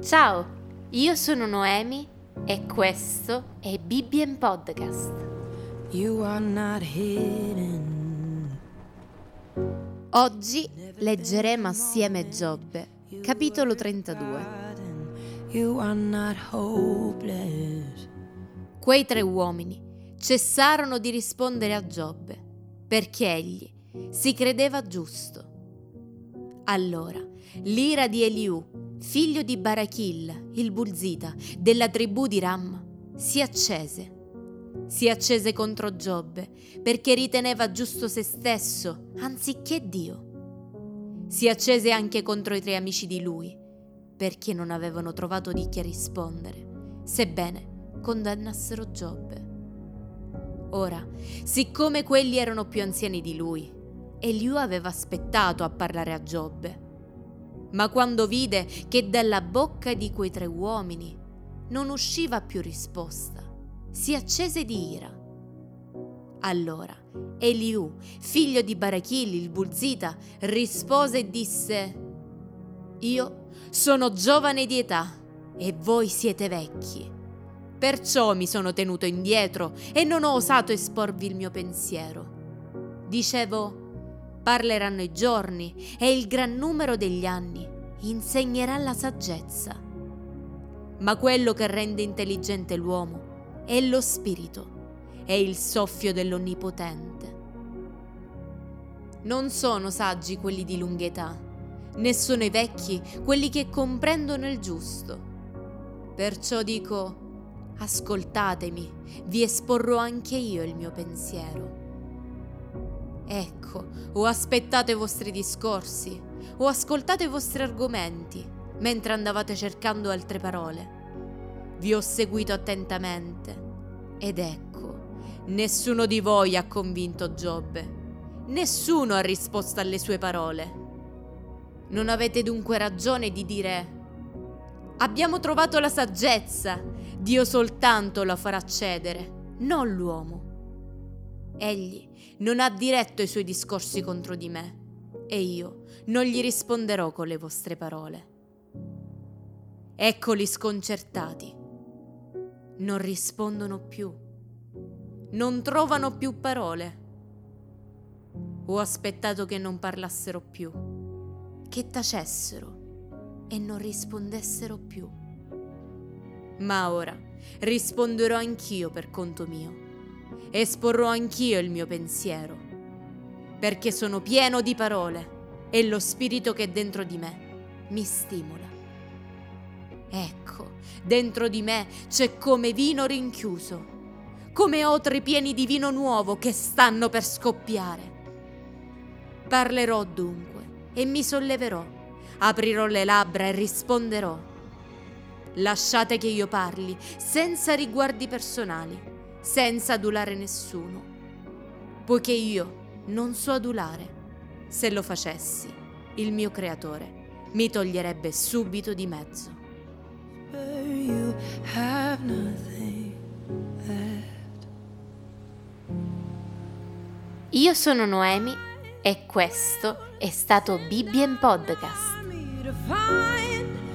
Ciao, io sono Noemi e questo è Bibbien Podcast. You are not hidden. Oggi leggeremo assieme Giobbe, capitolo 32. You are not hopeless. Quei tre uomini cessarono di rispondere a Giobbe, perché egli si credeva giusto. Allora l'ira di Eliù, figlio di Barachil, il Bulzita, della tribù di Ram, si accese contro Giobbe, perché riteneva giusto se stesso, anziché Dio. Si accese anche contro i tre amici di lui, perché non avevano trovato di chi rispondere, sebbene condannassero Giobbe. Ora, siccome quelli erano più anziani di lui, Eliù aveva aspettato a parlare a Giobbe. Ma quando vide che dalla bocca di quei tre uomini non usciva più risposta, si accese di ira. Allora Eliù, figlio di Barachil, il Bulzita, rispose e disse: Io sono giovane di età e voi siete vecchi. Perciò mi sono tenuto indietro e non ho osato esporvi il mio pensiero. Dicevo: parleranno i giorni e il gran numero degli anni insegnerà la saggezza. Ma quello che rende intelligente l'uomo è lo spirito e il soffio dell'Onnipotente. Non sono saggi quelli di lunga età, né sono i vecchi quelli che comprendono il giusto. Perciò dico: ascoltatemi, vi esporrò anche io il mio pensiero. Ecco, o aspettate i vostri discorsi, o ascoltate i vostri argomenti, mentre andavate cercando altre parole. Vi ho seguito attentamente, ed ecco, nessuno di voi ha convinto Giobbe, nessuno ha risposto alle sue parole. Non avete dunque ragione di dire: abbiamo trovato la saggezza, Dio soltanto la farà cedere, non l'uomo. Egli non ha diretto i suoi discorsi contro di me, e io non gli risponderò con le vostre parole. Eccoli sconcertati. Non rispondono più. Non trovano più parole. Ho aspettato che non parlassero più, che tacessero e non rispondessero più. Ma ora risponderò anch'io per conto mio. Esporrò anch'io il mio pensiero, perché sono pieno di parole e lo spirito che è dentro di me mi stimola. Ecco, dentro di me c'è come vino rinchiuso, come otri pieni di vino nuovo che stanno per scoppiare. Parlerò dunque e mi solleverò, aprirò le labbra e risponderò. Lasciate che io parli senza riguardi personali, senza adulare nessuno, poiché io non so adulare. Se lo facessi, il mio creatore mi toglierebbe subito di mezzo. You have nothing left. Io sono Noemi e questo è stato Bibbien Podcast. Me to find